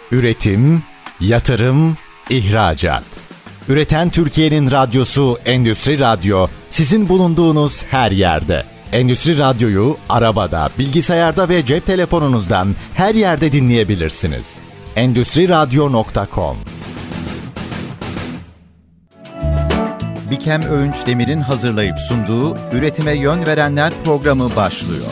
Üretim, yatırım, ihracat. Üreten Türkiye'nin radyosu Endüstri Radyo, sizin bulunduğunuz her yerde. Endüstri Radyo'yu arabada, bilgisayarda ve cep telefonunuzdan her yerde dinleyebilirsiniz. Endüstriradyo.com. Bikem Öğünç Demir'in hazırlayıp sunduğu Üretime Yön Verenler programı başlıyor.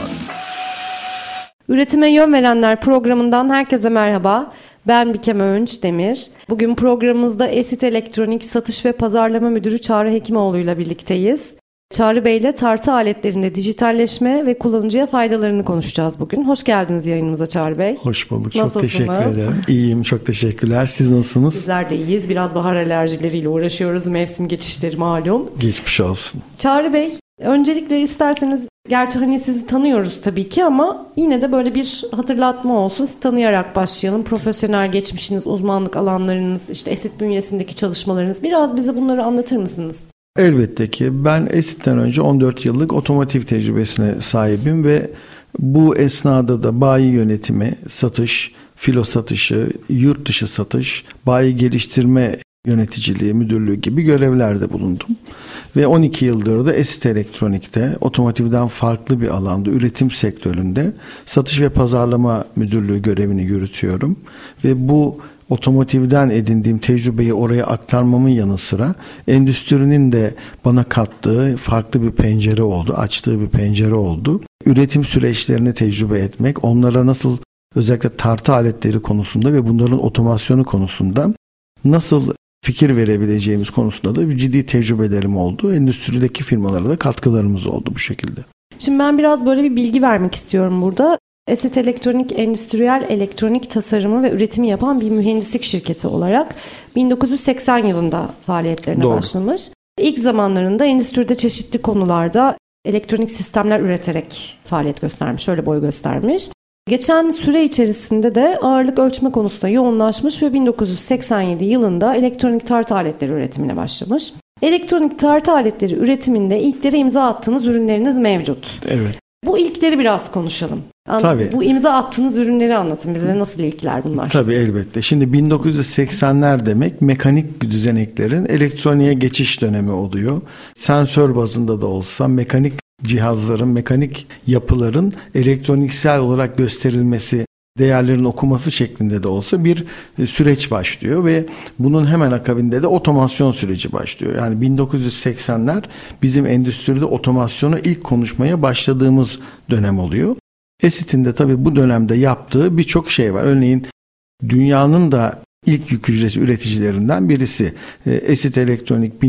Üretime Yön Verenler programından herkese merhaba. Ben Bikem Öğünç Demir. Bugün programımızda Esit Elektronik Satış ve Pazarlama Müdürü Çağrı Hekimoğlu ile birlikteyiz. Çağrı Bey ile tartı aletlerinde dijitalleşme ve kullanıcıya faydalarını konuşacağız bugün. Hoş geldiniz yayınımıza Çağrı Bey. Hoş bulduk. Nasılsınız? Çok teşekkür ederim. İyiyim, çok teşekkürler. Siz nasılsınız? Bizler de iyiyiz. Biraz bahar alerjileriyle uğraşıyoruz. Mevsim geçişleri malum. Geçmiş olsun. Çağrı Bey, öncelikle isterseniz, gerçi hani sizi tanıyoruz tabii ki ama yine de böyle bir hatırlatma olsun. Sizi tanıyarak başlayalım. Profesyonel geçmişiniz, uzmanlık alanlarınız, işte Esit bünyesindeki çalışmalarınız. Biraz bize bunları anlatır mısınız? Elbette ki. Ben Esit'ten önce 14 yıllık otomotiv tecrübesine sahibim ve bu esnada da bayi yönetimi, satış, filo satışı, yurt dışı satış, bayi geliştirme yöneticiliği, müdürlüğü gibi görevlerde bulundum. Ve 12 yıldır da Esit Elektronik'te otomotivden farklı bir alanda, üretim sektöründe satış ve pazarlama müdürlüğü görevini yürütüyorum. Ve bu otomotivden edindiğim tecrübeyi oraya aktarmamın yanı sıra endüstrinin de bana kattığı farklı bir pencere oldu, açtığı bir pencere oldu. Üretim süreçlerini tecrübe etmek, onlara nasıl, özellikle tartı aletleri konusunda ve bunların otomasyonu konusunda nasıl fikir verebileceğimiz konusunda da bir ciddi tecrübelerim oldu. Endüstrideki firmalara da katkılarımız oldu bu şekilde. Şimdi ben biraz böyle bir bilgi vermek istiyorum burada. Esit Elektronik, endüstriyel elektronik tasarımı ve üretimi yapan bir mühendislik şirketi olarak 1980 yılında faaliyetlerine başlamış. İlk zamanlarında endüstride çeşitli konularda elektronik sistemler üreterek faaliyet göstermiş, öyle boy göstermiş. Geçen süre içerisinde de ağırlık ölçme konusunda yoğunlaşmış ve 1987 yılında elektronik tartı aletleri üretimine başlamış. Elektronik tartı aletleri üretiminde ilklere imza attığınız ürünleriniz mevcut. Evet. Bu ilkleri biraz konuşalım. Tabii. Bu imza attığınız ürünleri anlatın bize. Nasıl ilkler bunlar? Tabii, elbette. Şimdi 1980'ler demek mekanik düzeneklerin elektroniğe geçiş dönemi oluyor. Sensör bazında da olsa mekanik cihazların, mekanik yapıların elektroniksel olarak gösterilmesi, değerlerin okuması şeklinde de olsa bir süreç başlıyor ve bunun hemen akabinde de otomasyon süreci başlıyor. Yani 1980'ler bizim endüstride otomasyonu ilk konuşmaya başladığımız dönem oluyor. Esit'in de tabii bu dönemde yaptığı birçok şey var. Örneğin dünyanın da ilk yük hücresi üreticilerinden birisi. Esit Elektronik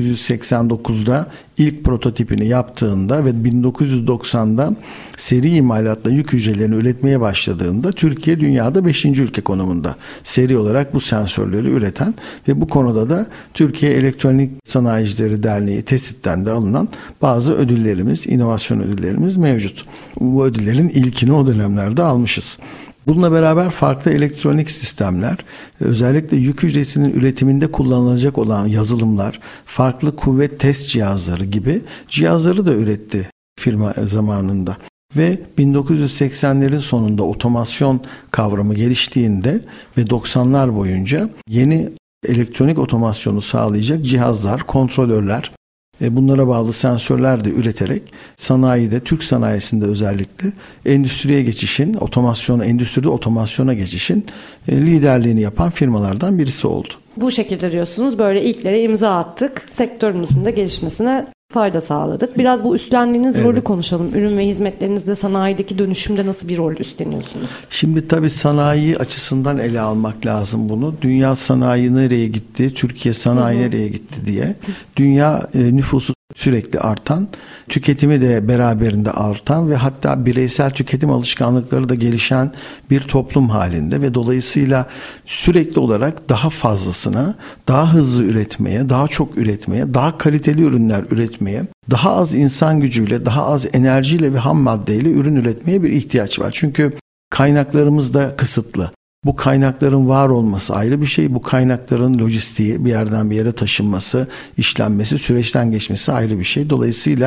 1989'da ilk prototipini yaptığında ve 1990'da seri imalatla yük hücrelerini üretmeye başladığında Türkiye dünyada 5. ülke konumunda seri olarak bu sensörleri üreten ve bu konuda da Türkiye Elektronik Sanayicileri Derneği TESİT'ten de alınan bazı ödüllerimiz, inovasyon ödüllerimiz mevcut. Bu ödüllerin ilkini o dönemlerde almışız. Bununla beraber farklı elektronik sistemler, özellikle yük hücresinin üretiminde kullanılacak olan yazılımlar, farklı kuvvet test cihazları gibi cihazları da üretti firma zamanında. Ve 1980'lerin sonunda otomasyon kavramı geliştiğinde ve 90'lar boyunca yeni elektronik otomasyonu sağlayacak cihazlar, kontrolörler, bunlara bağlı sensörler de üreterek sanayide, Türk sanayisinde özellikle endüstriye geçişin, endüstride otomasyona geçişin liderliğini yapan firmalardan birisi oldu. Bu şekilde diyorsunuz, böyle ilklere imza attık, sektörümüzün de gelişmesine fayda sağladık. Biraz bu üstlendiğiniz rolü konuşalım. Ürün ve hizmetlerinizde sanayideki dönüşümde nasıl bir rol üstleniyorsunuz? Şimdi tabii sanayi açısından ele almak lazım bunu. Dünya sanayi nereye gitti, Türkiye sanayi nereye gitti diye. Dünya nüfusu sürekli artan, tüketimi de beraberinde artan ve hatta bireysel tüketim alışkanlıkları da gelişen bir toplum halinde ve dolayısıyla sürekli olarak daha fazlasına, daha hızlı üretmeye, daha çok üretmeye, daha kaliteli ürünler üretmeye, daha az insan gücüyle, daha az enerjiyle ve ham maddeyle ürün üretmeye bir ihtiyaç var. Çünkü kaynaklarımız da kısıtlı. Bu kaynakların var olması ayrı bir şey. Bu kaynakların lojistiği, bir yerden bir yere taşınması, işlenmesi, süreçten geçmesi ayrı bir şey. Dolayısıyla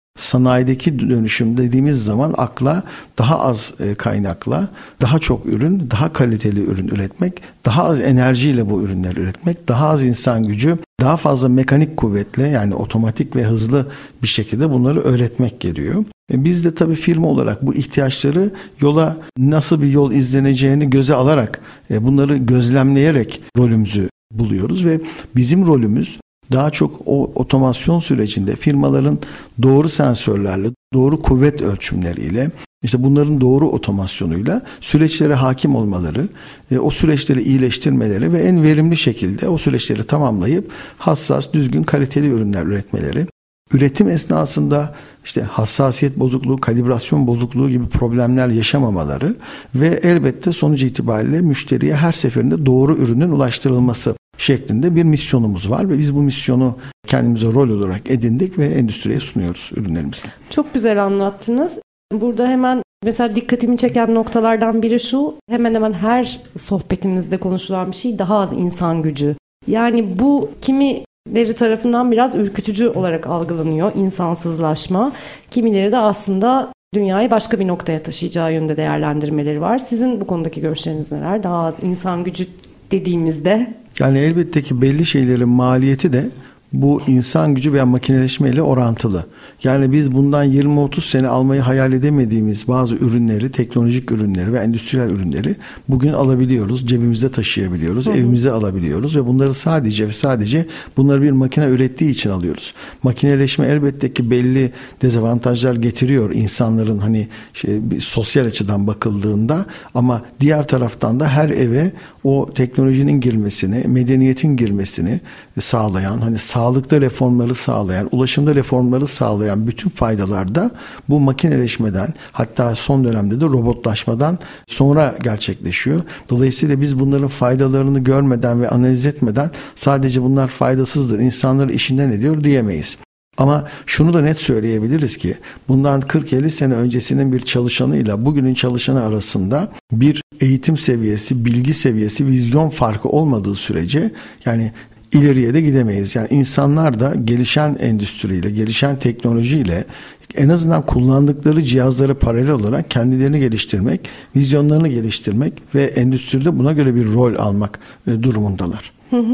sanayideki dönüşüm dediğimiz zaman akla daha az kaynakla, daha çok ürün, daha kaliteli ürün üretmek, daha az enerjiyle bu ürünleri üretmek, daha az insan gücü, daha fazla mekanik kuvvetle yani otomatik ve hızlı bir şekilde bunları öğretmek geliyor. Biz de tabii firma olarak bu ihtiyaçları yola nasıl bir yol izleneceğini göze alarak, bunları gözlemleyerek rolümüzü buluyoruz ve bizim rolümüz daha çok o otomasyon sürecinde firmaların doğru sensörlerle, doğru kuvvet ölçümleriyle, işte bunların doğru otomasyonuyla süreçlere hakim olmaları, o süreçleri iyileştirmeleri ve en verimli şekilde o süreçleri tamamlayıp hassas, düzgün, kaliteli ürünler üretmeleri. Üretim esnasında işte hassasiyet bozukluğu, kalibrasyon bozukluğu gibi problemler yaşamamaları ve elbette sonuç itibariyle müşteriye her seferinde doğru ürünün ulaştırılması şeklinde bir misyonumuz var ve biz bu misyonu kendimize rol olarak edindik ve endüstriye sunuyoruz ürünlerimizi. Çok güzel anlattınız. Burada hemen mesela dikkatimi çeken noktalardan biri şu, hemen hemen her sohbetimizde konuşulan bir şey daha az insan gücü. Yani bu kimileri tarafından biraz ürkütücü olarak algılanıyor, insansızlaşma. Kimileri de aslında dünyayı başka bir noktaya taşıyacağı yönde değerlendirmeleri var. Sizin bu konudaki görüşleriniz neler? Daha az insan gücü dediğimizde? Yani elbette ki belli şeylerin maliyeti de bu insan gücü veya makineleşme ile orantılı. Yani biz bundan 20-30 sene almayı hayal edemediğimiz bazı ürünleri, teknolojik ürünleri ve endüstriyel ürünleri bugün alabiliyoruz, cebimizde taşıyabiliyoruz, evimize alabiliyoruz ve bunları sadece ve sadece bunları bir makine ürettiği için alıyoruz. Makineleşme elbette ki belli dezavantajlar getiriyor insanların sosyal açıdan bakıldığında, ama diğer taraftan da her eve o teknolojinin girmesini, medeniyetin girmesini sağlayan, sağlıkta reformları sağlayan, ulaşımda reformları sağlayan bütün faydalar da bu makineleşmeden, hatta son dönemde de robotlaşmadan sonra gerçekleşiyor. Dolayısıyla biz bunların faydalarını görmeden ve analiz etmeden sadece bunlar faydasızdır, insanları işinden ediyor diyemeyiz. Ama şunu da net söyleyebiliriz ki bundan 40-50 sene öncesinin bir çalışanıyla bugünün çalışanı arasında bir eğitim seviyesi, bilgi seviyesi, vizyon farkı olmadığı sürece yani ileriye de gidemeyiz. Yani insanlar da gelişen endüstriyle, gelişen teknolojiyle en azından kullandıkları cihazlara paralel olarak kendilerini geliştirmek, vizyonlarını geliştirmek ve endüstride buna göre bir rol almak durumundalar.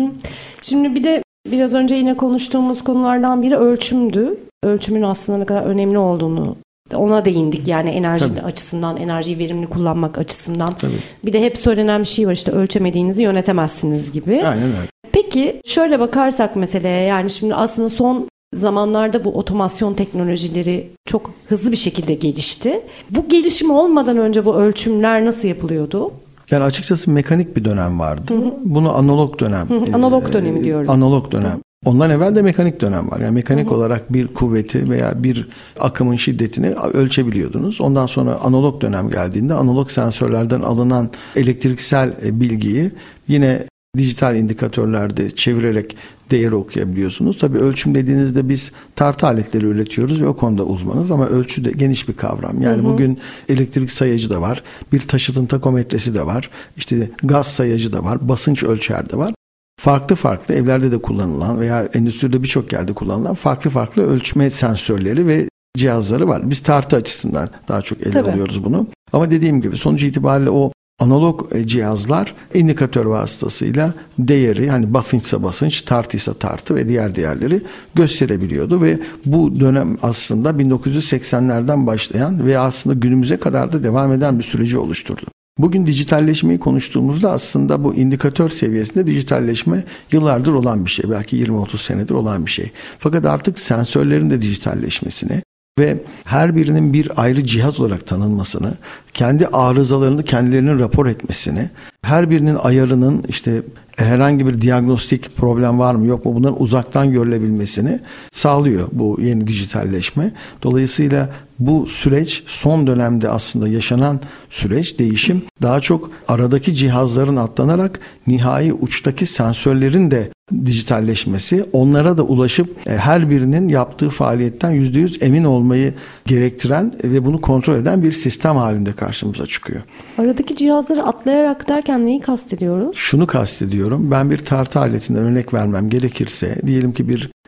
Şimdi bir de biraz önce yine konuştuğumuz konulardan biri ölçümdü. Ölçümün aslında ne kadar önemli olduğunu, ona değindik. Yani enerji açısından, enerjiyi verimli kullanmak açısından. Tabii. Bir de hep söylenen bir şey var, işte ölçemediğinizi yönetemezsiniz gibi. Aynen öyle. Peki şöyle bakarsak meseleye, yani şimdi aslında son zamanlarda bu otomasyon teknolojileri çok hızlı bir şekilde gelişti. Bu gelişim olmadan önce bu ölçümler nasıl yapılıyordu? Yani açıkçası mekanik bir dönem vardı. Bunu analog dönem. Analog dönemi diyorum. Analog dönem. Ondan evvel de mekanik dönem var. Yani mekanik olarak bir kuvveti veya bir akımın şiddetini ölçebiliyordunuz. Ondan sonra analog dönem geldiğinde analog sensörlerden alınan elektriksel bilgiyi yine dijital indikatörlerde çevirerek değeri okuyabiliyorsunuz. Tabii ölçüm dediğinizde biz tartı aletleri üretiyoruz ve o konuda uzmanız, ama ölçü de geniş bir kavram. Yani bugün elektrik sayacı da var, bir taşıtın takometresi de var, işte gaz sayacı da var, basınç ölçer de var. Farklı evlerde de kullanılan veya endüstride birçok yerde kullanılan farklı ölçme sensörleri ve cihazları var. Biz tartı açısından daha çok ele alıyoruz bunu. Ama dediğim gibi sonuç itibariyle o analog cihazlar indikatör vasıtasıyla değeri, hani basınçsa basınç, tartıysa tartı ve diğer değerleri gösterebiliyordu ve bu dönem aslında 1980'lerden başlayan ve aslında günümüze kadar da devam eden bir süreci oluşturdu. Bugün dijitalleşmeyi konuştuğumuzda aslında bu indikatör seviyesinde dijitalleşme yıllardır olan bir şey. Belki 20-30 senedir olan bir şey. Fakat artık sensörlerin de dijitalleşmesini ve her birinin bir ayrı cihaz olarak tanınmasını, kendi arızalarını kendilerinin rapor etmesini, her birinin ayarının işte herhangi bir diagnostik problem var mı yok mu bunların uzaktan görülebilmesini sağlıyor bu yeni dijitalleşme. Dolayısıyla bu süreç, son dönemde aslında yaşanan süreç, değişim daha çok aradaki cihazların atlanarak nihai uçtaki sensörlerin de dijitalleşmesi, onlara da ulaşıp her birinin yaptığı faaliyetten %100 emin olmayı gerektiren ve bunu kontrol eden bir sistem halinde karşımıza çıkıyor. Aradaki cihazları atlayarak derken neyi kastediyoruz? Şunu kastediyorum. Ben bir tartı aletinden örnek vermem gerekirse, diyelim ki bir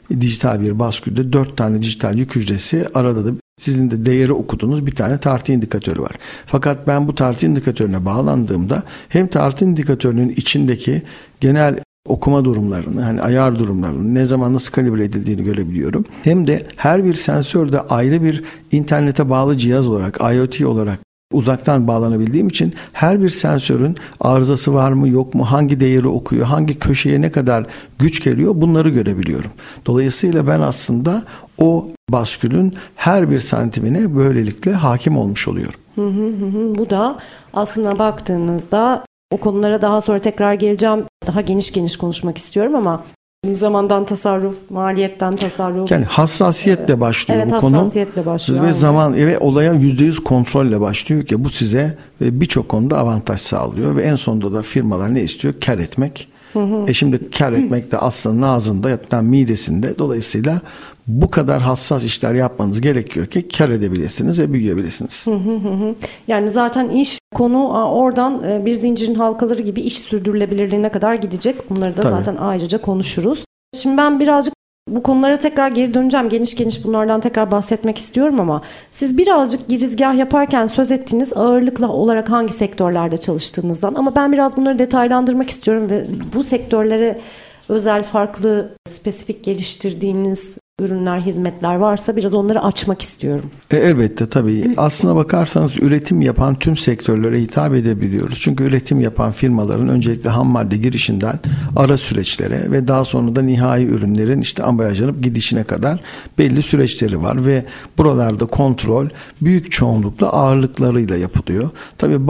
dijital bir baskülde 4 tane dijital yük hücresi, arada da sizin de değeri okuduğunuz bir tane tartı indikatörü var. Fakat ben bu tartı indikatörüne bağlandığımda hem tartı indikatörünün içindeki genel okuma durumlarını, hani ayar durumlarını, ne zaman nasıl kalibre edildiğini görebiliyorum. Hem de her bir sensör de ayrı bir internete bağlı cihaz olarak, IoT olarak uzaktan bağlanabildiğim için her bir sensörün arızası var mı yok mu, hangi değeri okuyor, hangi köşeye ne kadar güç geliyor, bunları görebiliyorum. Dolayısıyla ben aslında o baskülün her bir santimine böylelikle hakim olmuş oluyorum. Bu da aslında baktığınızda, o konulara daha sonra tekrar geleceğim. Daha geniş konuşmak istiyorum ama zamandan tasarruf, maliyetten tasarruf. Yani hassasiyetle başlıyor bu konu. Hassasiyetle başlıyor. Ve zaman ve olaya %100 kontrolle başlıyor ki bu size birçok konuda avantaj sağlıyor ve en sonunda da firmalar ne istiyor? Kar etmek. Şimdi kar etmek de aslında ağzında, hatta midesinde. Dolayısıyla bu kadar hassas işler yapmanız gerekiyor ki kar edebilirsiniz ve büyüyebilirsiniz. Yani zaten iş konu oradan bir zincirin halkaları gibi iş sürdürülebilirliğine kadar gidecek. Bunları da zaten ayrıca konuşuruz. Şimdi ben birazcık bu konulara tekrar geri döneceğim. Geniş bunlardan tekrar bahsetmek istiyorum ama siz birazcık girizgah yaparken söz ettiğiniz ağırlıkla olarak hangi sektörlerde çalıştığınızdan, ama ben biraz bunları detaylandırmak istiyorum ve bu sektörlere özel, farklı, spesifik geliştirdiğiniz ürünler, hizmetler varsa biraz onları açmak istiyorum. Elbette tabii. Aslına bakarsanız üretim yapan tüm sektörlere hitap edebiliyoruz. Çünkü üretim yapan firmaların öncelikle ham madde girişinden ara süreçlere ve daha sonra da nihai ürünlerin ambalajlanıp gidişine kadar belli süreçleri var ve buralarda kontrol büyük çoğunlukla ağırlıklarıyla yapılıyor. Tabii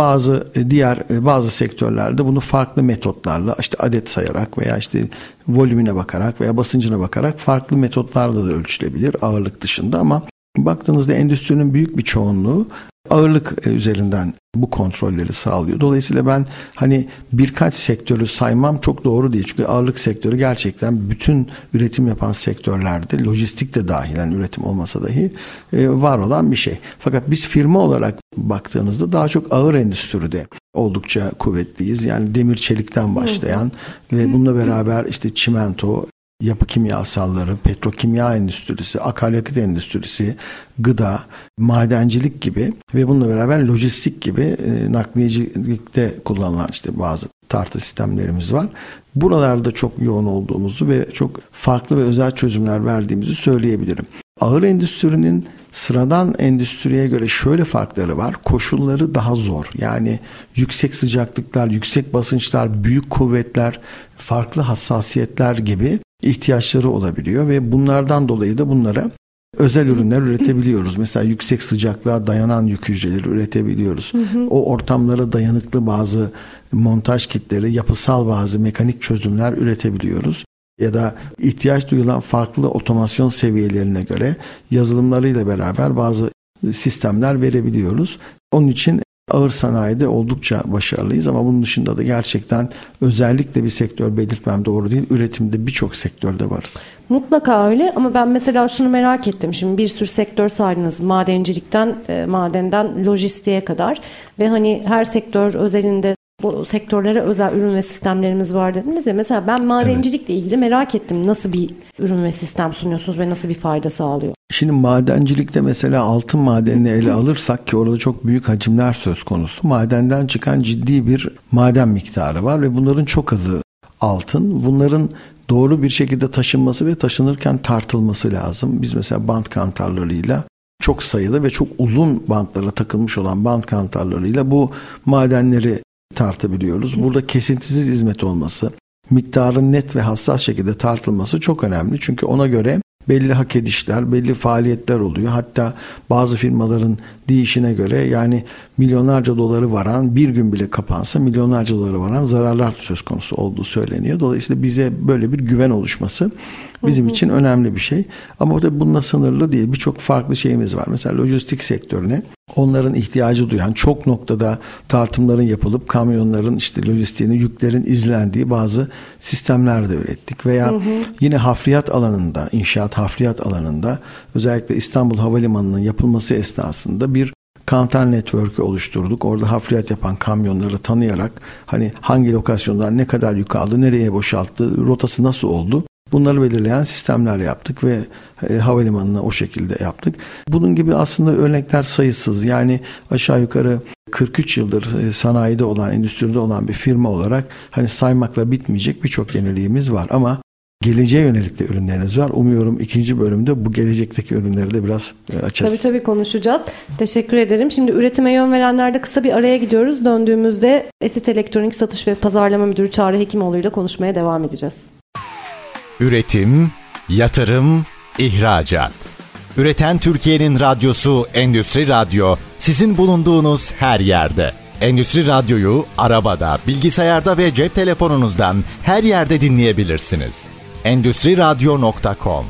bazı sektörlerde bunu farklı metotlarla adet sayarak veya volümüne bakarak veya basıncına bakarak farklı metotlarla da ölçülebilir ağırlık dışında, ama baktığınızda endüstrinin büyük bir çoğunluğu ağırlık üzerinden bu kontrolleri sağlıyor. Dolayısıyla ben birkaç sektörü saymam çok doğru değil. Çünkü ağırlık sektörü gerçekten bütün üretim yapan sektörlerde, lojistik de dahil, yani üretim olmasa dahi var olan bir şey. Fakat biz firma olarak baktığınızda daha çok ağır endüstride oldukça kuvvetliyiz. Yani demir çelikten başlayan ve bununla beraber çimento, yapı kimyasalları, petrokimya endüstrisi, akaryakıt endüstrisi, gıda, madencilik gibi ve bununla beraber lojistik gibi nakliyecilikte kullanılan bazı tartı sistemlerimiz var. Buralarda çok yoğun olduğumuzu ve çok farklı ve özel çözümler verdiğimizi söyleyebilirim. Ağır endüstrinin sıradan endüstriye göre şöyle farkları var. Koşulları daha zor. Yani yüksek sıcaklıklar, yüksek basınçlar, büyük kuvvetler, farklı hassasiyetler gibi ihtiyaçları olabiliyor ve bunlardan dolayı da bunlara özel ürünler üretebiliyoruz. Mesela yüksek sıcaklığa dayanan yük hücreleri üretebiliyoruz. O ortamlara dayanıklı bazı montaj kitleri, yapısal bazı mekanik çözümler üretebiliyoruz. Ya da ihtiyaç duyulan farklı otomasyon seviyelerine göre yazılımlarıyla beraber bazı sistemler verebiliyoruz. Onun için ağır sanayide oldukça başarılıyız, ama bunun dışında da gerçekten özellikle bir sektör belirtmem doğru değil. Üretimde birçok sektörde varız. Mutlaka öyle, ama ben mesela şunu merak ettim. Şimdi bir sürü sektör saydınız. Madencilikten, madenden lojistiğe kadar ve her sektör özelinde bu sektörlere özel ürün ve sistemlerimiz var dediniz ya. Mesela ben madencilikle ilgili merak ettim. Nasıl bir ürün ve sistem sunuyorsunuz ve nasıl bir fayda sağlıyor? Şimdi madencilikte mesela altın madenini ele alırsak, ki orada çok büyük hacimler söz konusu. Madenden çıkan ciddi bir maden miktarı var ve bunların çok azı altın. Bunların doğru bir şekilde taşınması ve taşınırken tartılması lazım. Biz mesela bant kantarlarıyla, çok sayılı ve çok uzun bantlara takılmış olan bant kantarlarıyla bu madenleri tartabiliyoruz. Burada kesintisiz hizmet olması, miktarın net ve hassas şekilde tartılması çok önemli. Çünkü ona göre belli hak edişler, belli faaliyetler oluyor. Hatta bazı firmaların deyişine göre yani milyonlarca doları varan, bir gün bile kapansa milyonlarca doları varan zararlar söz konusu olduğu söyleniyor. Dolayısıyla bize böyle bir güven oluşması bizim için önemli bir şey. Ama tabii bununla sınırlı değil. Birçok farklı şeyimiz var. Mesela lojistik sektörüne onların ihtiyacı duyan, çok noktada tartımların yapılıp kamyonların lojistiğini, yüklerin izlendiği bazı sistemler de ürettik. Veya yine hafriyat alanında, inşaat hafriyat alanında özellikle İstanbul Havalimanı'nın yapılması esnasında bir kantar network'ü oluşturduk. Orada hafriyat yapan kamyonları tanıyarak hangi lokasyondan ne kadar yük aldı, nereye boşalttı, rotası nasıl oldu, Bunları belirleyen sistemler yaptık ve havalimanına o şekilde yaptık. Bunun gibi aslında örnekler sayısız. Yani aşağı yukarı 43 yıldır sanayide olan, endüstride olan bir firma olarak hani saymakla bitmeyecek birçok yeniliğimiz var ama geleceğe yönelik de ürünleriniz var. Umuyorum ikinci bölümde bu gelecekteki ürünleri de biraz açarız. Tabii konuşacağız. Teşekkür ederim. Şimdi üretime yön verenlerde kısa bir araya gidiyoruz. Döndüğümüzde Esit Elektronik Satış ve Pazarlama Müdürü Çağrı Hekimoğlu ile konuşmaya devam edeceğiz. Üretim, yatırım, ihracat. Üreten Türkiye'nin radyosu Endüstri Radyo, sizin bulunduğunuz her yerde. Endüstri Radyo'yu arabada, bilgisayarda ve cep telefonunuzdan her yerde dinleyebilirsiniz. Endüstriradyo.com.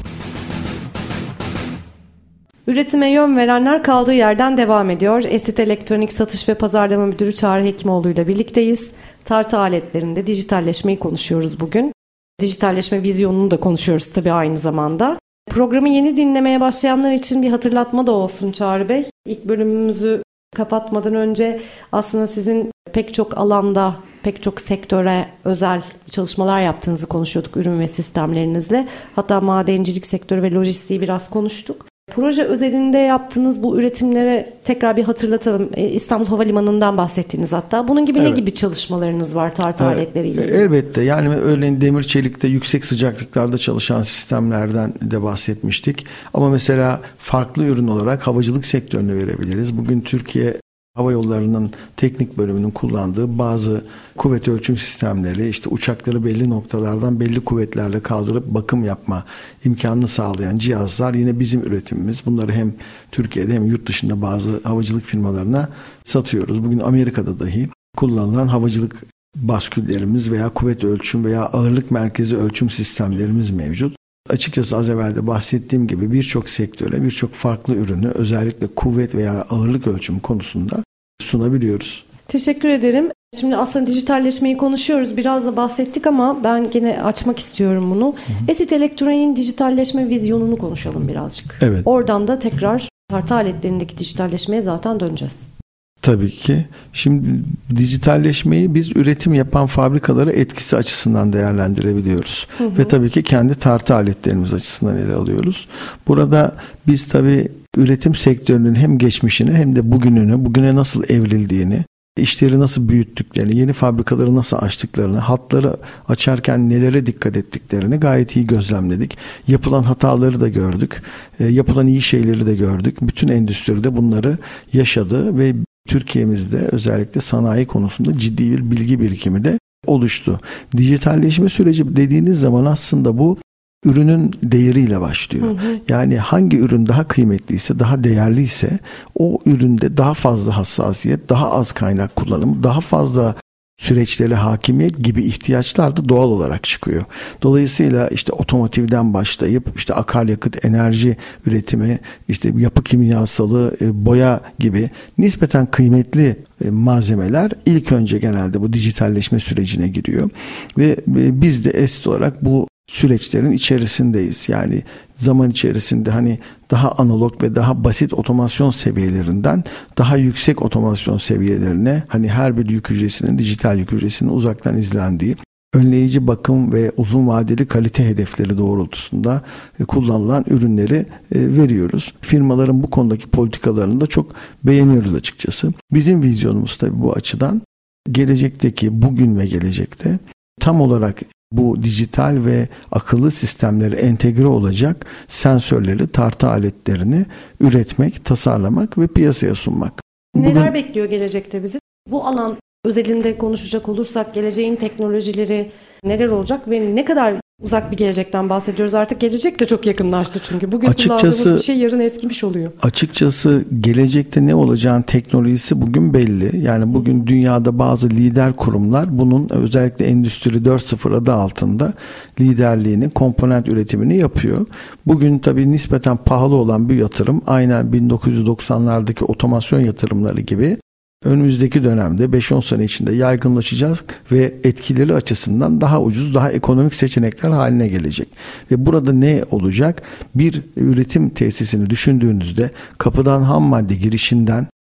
Üretime yön verenler kaldığı yerden devam ediyor. Esit Elektronik Satış ve Pazarlama Müdürü Çağrı Hekimoğlu ile birlikteyiz. Tartı aletlerinde dijitalleşmeyi konuşuyoruz bugün. Dijitalleşme vizyonunu da konuşuyoruz tabii aynı zamanda. Programı yeni dinlemeye başlayanlar için bir hatırlatma da olsun Çağrı Bey. İlk bölümümüzü kapatmadan önce aslında sizin pek çok alanda, pek çok sektöre özel çalışmalar yaptığınızı konuşuyorduk ürün ve sistemlerinizle. Hatta madencilik sektörü ve lojistiği biraz konuştuk. Proje özelinde yaptığınız bu üretimlere tekrar bir hatırlatalım. İstanbul Havalimanı'ndan bahsettiniz hatta. Bunun gibi ne gibi çalışmalarınız var tartı aletleriyle? Elbette. Yani örneğin demir çelikte yüksek sıcaklıklarda çalışan sistemlerden de bahsetmiştik. Ama mesela farklı ürün olarak havacılık sektörünü verebiliriz. Bugün Türkiye Hava Yolları'nın teknik bölümünün kullandığı bazı kuvvet ölçüm sistemleri, işte uçakları belli noktalardan belli kuvvetlerle kaldırıp bakım yapma imkanını sağlayan cihazlar yine bizim üretimimiz. Bunları hem Türkiye'de hem yurt dışında bazı havacılık firmalarına satıyoruz. Bugün Amerika'da dahi kullanılan havacılık basküllerimiz veya kuvvet ölçüm veya ağırlık merkezi ölçüm sistemlerimiz mevcut. Açıkçası az evvel de bahsettiğim gibi birçok sektöre, birçok farklı ürünü özellikle kuvvet veya ağırlık ölçümü konusunda sunabiliyoruz. Teşekkür ederim. Şimdi aslında dijitalleşmeyi konuşuyoruz. Biraz da bahsettik ama ben gene açmak istiyorum bunu. Esit Elektronik'in dijitalleşme vizyonunu konuşalım birazcık. Evet. Oradan da tekrar tartı aletlerindeki dijitalleşmeye zaten döneceğiz. Tabii ki. Şimdi dijitalleşmeyi biz üretim yapan fabrikalara etkisi açısından değerlendirebiliyoruz. Ve tabii ki kendi tartı aletlerimiz açısından ele alıyoruz. Burada biz tabii üretim sektörünün hem geçmişini hem de bugününü, bugüne nasıl evrildiğini, işleri nasıl büyüttüklerini, yeni fabrikaları nasıl açtıklarını, hatları açarken nelere dikkat ettiklerini gayet iyi gözlemledik. Yapılan hataları da gördük. Yapılan iyi şeyleri de gördük. Bütün endüstride bunları yaşadı ve Türkiye'mizde özellikle sanayi konusunda ciddi bir bilgi birikimi de oluştu. Dijitalleşme süreci dediğiniz zaman aslında bu ürünün değeriyle başlıyor. Yani hangi ürün daha kıymetliyse, daha değerliyse o üründe daha fazla hassasiyet, daha az kaynak kullanımı, daha fazla süreçlere hakimiyet gibi ihtiyaçlar da doğal olarak çıkıyor. Dolayısıyla işte otomotivden başlayıp işte akaryakıt, enerji üretimi, işte yapı kimyasalı, boya gibi nispeten kıymetli malzemeler ilk önce genelde bu dijitalleşme sürecine giriyor. Ve biz de Esit olarak bu süreçlerin içerisindeyiz. Yani zaman içerisinde hani daha analog ve daha basit otomasyon seviyelerinden daha yüksek otomasyon seviyelerine, hani her bir yük hücresinin, dijital yük hücresinin uzaktan izlendiği, önleyici bakım ve uzun vadeli kalite hedefleri doğrultusunda kullanılan ürünleri veriyoruz. Firmaların bu konudaki politikalarını da çok beğeniyoruz açıkçası. Bizim vizyonumuz tabii bu açıdan gelecekteki, bugün ve gelecekte tam olarak bu dijital ve akıllı sistemleri entegre olacak sensörleri, tartı aletlerini üretmek, tasarlamak ve piyasaya sunmak. Neler bekliyor gelecekte bizi? Bu alan özelinde konuşacak olursak geleceğin teknolojileri neler olacak ve ne kadar uzak bir gelecekten bahsediyoruz? Artık gelecek de çok yakınlaştı çünkü. Bugün kullandığımız bir şey yarın eskimiş oluyor. Açıkçası gelecekte ne olacağın teknolojisi bugün belli. Yani bugün dünyada bazı lider kurumlar bunun özellikle Endüstri 4.0 adı altında liderliğini, komponent üretimini yapıyor. Bugün tabii nispeten pahalı olan bir yatırım, aynen 1990'lardaki otomasyon yatırımları gibi önümüzdeki dönemde 5-10 sene içinde yaygınlaşacak ve etkileri açısından daha ucuz, daha ekonomik seçenekler haline gelecek. Ve burada ne olacak? Bir üretim tesisini düşündüğünüzde kapıdan ham madde girişinden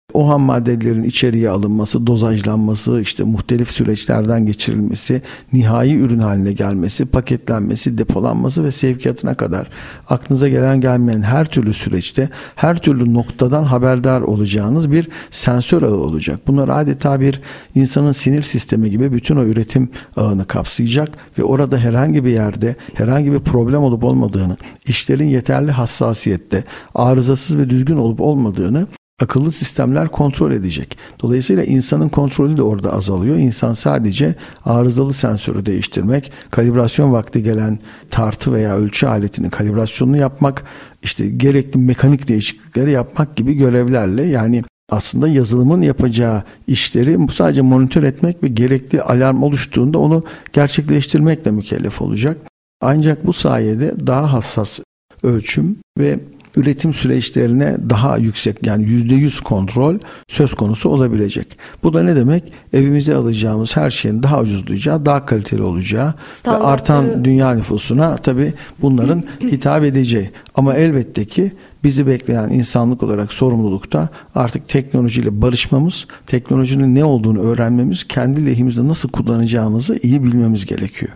O ham maddelerin içeriye alınması, dozajlanması, işte muhtelif süreçlerden geçirilmesi, nihai ürün haline gelmesi, paketlenmesi, depolanması ve sevkiyatına kadar aklınıza gelen gelmeyen her türlü süreçte, her türlü noktadan haberdar olacağınız bir sensör ağı olacak. Bunlar adeta bir insanın sinir sistemi gibi bütün o üretim ağını kapsayacak ve orada herhangi bir yerde herhangi bir problem olup olmadığını, işlerin yeterli hassasiyette, arızasız ve düzgün olup olmadığını akıllı sistemler kontrol edecek. Dolayısıyla insanın kontrolü de orada azalıyor. İnsan sadece arızalı sensörü değiştirmek, kalibrasyon vakti gelen tartı veya ölçü aletinin kalibrasyonunu yapmak, işte gerekli mekanik değişiklikleri yapmak gibi görevlerle, yani aslında yazılımın yapacağı işleri sadece monitör etmek ve gerekli alarm oluştuğunda onu gerçekleştirmekle mükellef olacak. Ancak bu sayede daha hassas ölçüm ve üretim süreçlerine daha yüksek, yani %100 kontrol söz konusu olabilecek. Bu da ne demek? Evimize alacağımız her şeyin daha ucuzlayacağı, daha kaliteli olacağı ve artan dünya nüfusuna tabii bunların hitap edeceği. Ama elbette ki bizi bekleyen insanlık olarak sorumlulukta artık teknolojiyle barışmamız, teknolojinin ne olduğunu öğrenmemiz, kendi lehimizde nasıl kullanacağımızı iyi bilmemiz gerekiyor.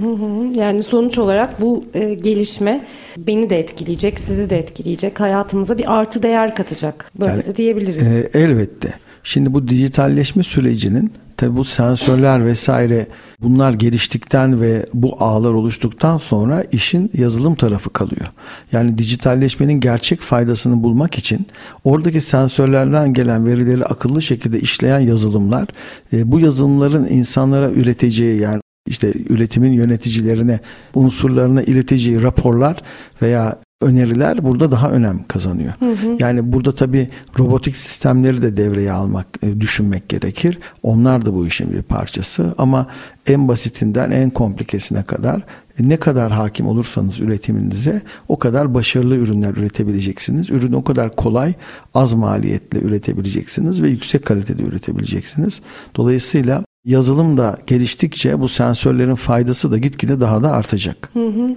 Yani sonuç olarak bu gelişme beni de etkileyecek, sizi de etkileyecek, hayatımıza bir artı değer katacak. Böyle yani, de diyebiliriz. Elbette. Şimdi bu dijitalleşme sürecinin, tabii bu sensörler vesaire bunlar geliştikten ve bu ağlar oluştuktan sonra işin yazılım tarafı kalıyor. Yani dijitalleşmenin gerçek faydasını bulmak için oradaki sensörlerden gelen verileri akıllı şekilde işleyen yazılımlar, bu yazılımların insanlara üreteceği, yani işte üretimin yöneticilerine, unsurlarına ileteceği raporlar veya öneriler burada daha önem kazanıyor. Yani burada tabii robotik sistemleri de devreye almak, düşünmek gerekir. Onlar da bu işin bir parçası. Ama en basitinden en komplikesine kadar ne kadar hakim olursanız üretiminize o kadar başarılı ürünler üretebileceksiniz. Ürünü o kadar kolay, az maliyetle üretebileceksiniz ve yüksek kalitede üretebileceksiniz. Dolayısıyla yazılım da geliştikçe bu sensörlerin faydası da gitgide daha da artacak.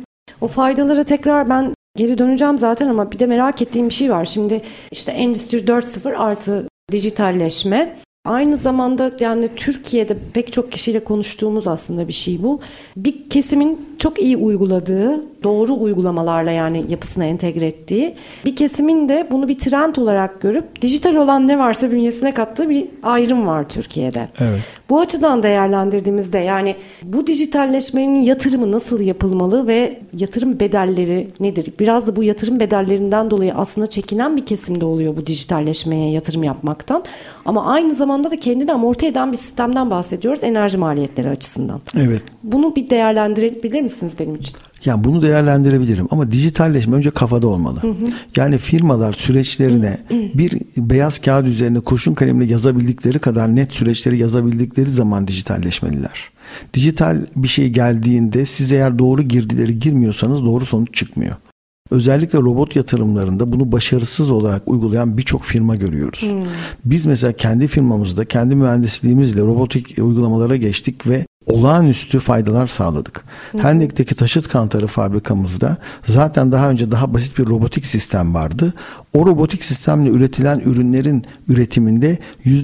O faydalara tekrar ben geri döneceğim zaten, ama bir de merak ettiğim bir şey var. Şimdi işte Endüstri 4.0 artı dijitalleşme. Aynı zamanda yani Türkiye'de pek çok kişiyle konuştuğumuz aslında bir şey bu. Bir kesimin çok iyi uyguladığı, doğru uygulamalarla yani yapısına entegre ettiği, bir kesimin de bunu bir trend olarak görüp dijital olan ne varsa bünyesine kattığı bir ayrım var Türkiye'de. Evet. Bu açıdan değerlendirdiğimizde yani bu dijitalleşmenin yatırımı nasıl yapılmalı ve yatırım bedelleri nedir? Biraz da bu yatırım bedellerinden dolayı aslında çekinen bir kesimde oluyor bu dijitalleşmeye yatırım yapmaktan. Ama aynı zamanda da kendini amorti eden bir sistemden bahsediyoruz enerji maliyetleri açısından. Evet. Bunu bir değerlendirebilir misiniz benim için? Yani bunu değerlendirebilirim ama dijitalleşme önce kafada olmalı. Yani firmalar süreçlerine bir beyaz kağıt üzerine kurşun kalemle yazabildikleri kadar net süreçleri yazabildikleri zaman dijitalleşmeliler. Dijital bir şey geldiğinde siz eğer doğru girdileri girmiyorsanız doğru sonuç çıkmıyor. Özellikle robot yatırımlarında bunu başarısız olarak uygulayan birçok firma görüyoruz. Biz mesela kendi firmamızda, kendi mühendisliğimizle robotik uygulamalara geçtik ve olağanüstü faydalar sağladık. Hendek'teki taşıt kantarı fabrikamızda zaten daha önce daha basit bir robotik sistem vardı. O robotik sistemle üretilen ürünlerin üretiminde